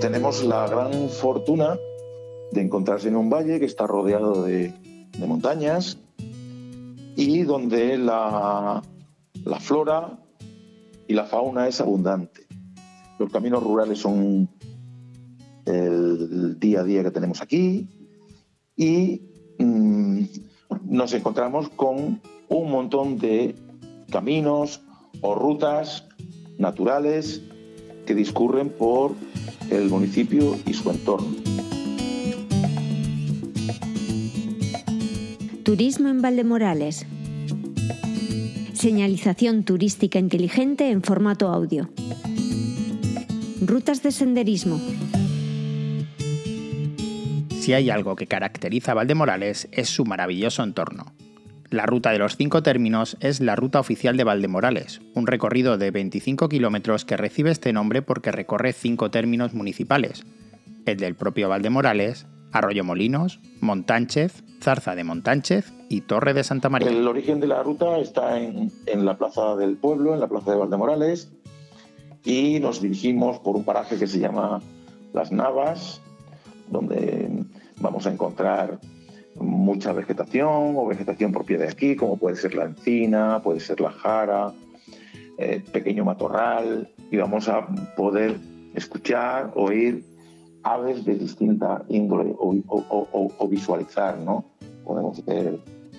tenemos la gran fortuna de encontrarse en un valle que está rodeado de montañas y donde la flora y la fauna es abundante. Los caminos rurales son el día a día que tenemos aquí y nos encontramos con un montón de caminos o rutas naturales que discurren por el municipio y su entorno. Turismo en Valdemorares. Señalización turística inteligente en formato audio. Rutas de senderismo. Si hay algo que caracteriza a Valdemorares es su maravilloso entorno. La Ruta de los 5 Términos es la ruta oficial de Valdemorares, un recorrido de 25 kilómetros que recibe este nombre porque recorre 5 términos municipales: el del propio Valdemorares, Arroyomolinos, Montánchez, Zarza de Montánchez y Torre de Santa María. El origen de la ruta está en la plaza del pueblo, en la plaza de Valdemorares, y nos dirigimos por un paraje que se llama Las Navas, donde vamos a encontrar mucha vegetación o vegetación propia de aquí, como puede ser la encina, puede ser la jara, pequeño matorral, y vamos a poder escuchar, oír aves de distinta índole o visualizar, ¿no? Podemos ver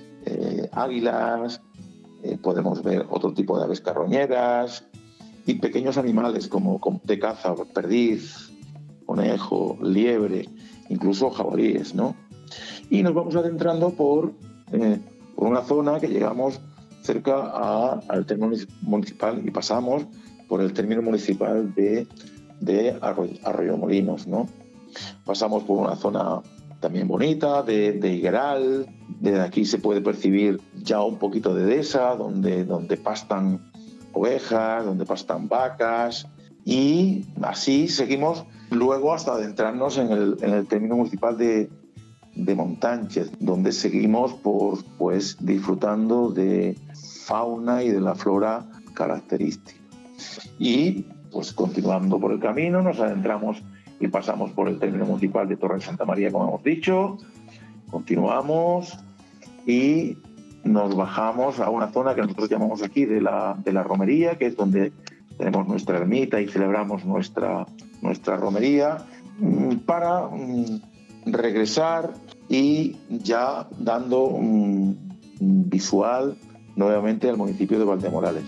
águilas, podemos ver otro tipo de aves carroñeras y pequeños animales como de caza, perdiz, conejo, liebre, incluso jabalíes, ¿no? Y nos vamos adentrando por una zona que llegamos cerca al término municipal y pasamos por el término municipal de Arroyomolinos, ¿no? Pasamos por una zona también bonita de higueral. Desde aquí se puede percibir ya un poquito de dehesa, donde pastan ovejas, donde pastan vacas, y así seguimos luego hasta adentrarnos en el término municipal de Montánchez, donde seguimos pues disfrutando de fauna y de la flora característica. Y pues continuando por el camino nos adentramos y pasamos por el término municipal de Torre de Santa María, como hemos dicho, continuamos y nos bajamos a una zona que nosotros llamamos aquí de la romería, que es donde tenemos nuestra ermita y celebramos nuestra romería, para regresar y ya dando un visual nuevamente al municipio de Valdemorares.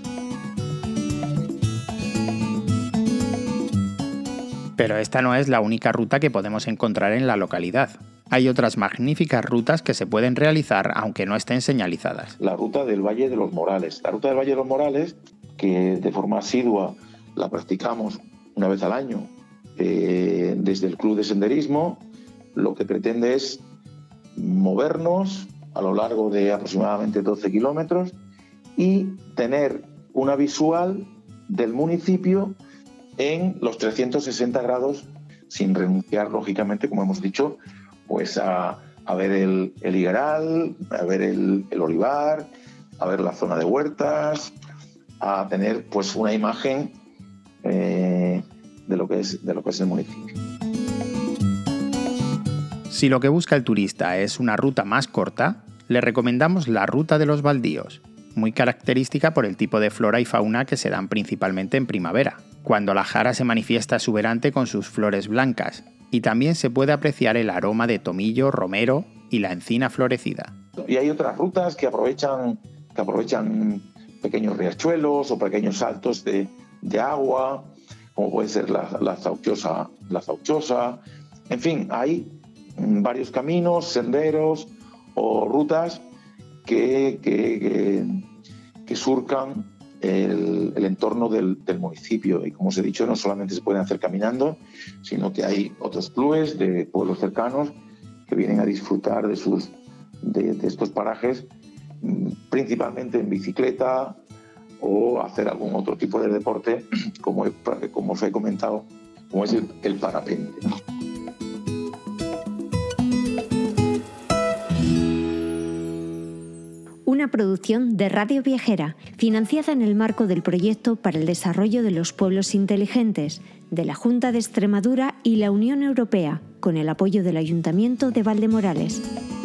Pero esta no es la única ruta que podemos encontrar en la localidad. Hay otras magníficas rutas que se pueden realizar aunque no estén señalizadas. La ruta del Valle de los Morales. La ruta del Valle de los Morales, que de forma asidua la practicamos una vez al año desde el Club de Senderismo, lo que pretende es movernos a lo largo de aproximadamente 12 kilómetros y tener una visual del municipio en los 360 grados, sin renunciar, lógicamente, como hemos dicho, pues a ver el higueral, a ver el olivar, a ver la zona de huertas, a tener pues una imagen de lo que es el municipio. Si lo que busca el turista es una ruta más corta, le recomendamos la Ruta de los Baldíos, muy característica por el tipo de flora y fauna que se dan principalmente en primavera, cuando la jara se manifiesta exuberante con sus flores blancas, y también se puede apreciar el aroma de tomillo, romero y la encina florecida. Y hay otras rutas que aprovechan pequeños riachuelos o pequeños saltos de agua, como puede ser la Zauchosa. En fin, hay varios caminos, senderos o rutas que surcan el entorno del municipio. Y como os he dicho, no solamente se pueden hacer caminando, sino que hay otros clubes de pueblos cercanos que vienen a disfrutar de estos parajes, principalmente en bicicleta o hacer algún otro tipo de deporte, como os he comentado, como es el parapente. una producción de Radio Viajera, financiada en el marco del Proyecto para el Desarrollo de los Pueblos Inteligentes, de la Junta de Extremadura y la Unión Europea, con el apoyo del Ayuntamiento de Valdemorales.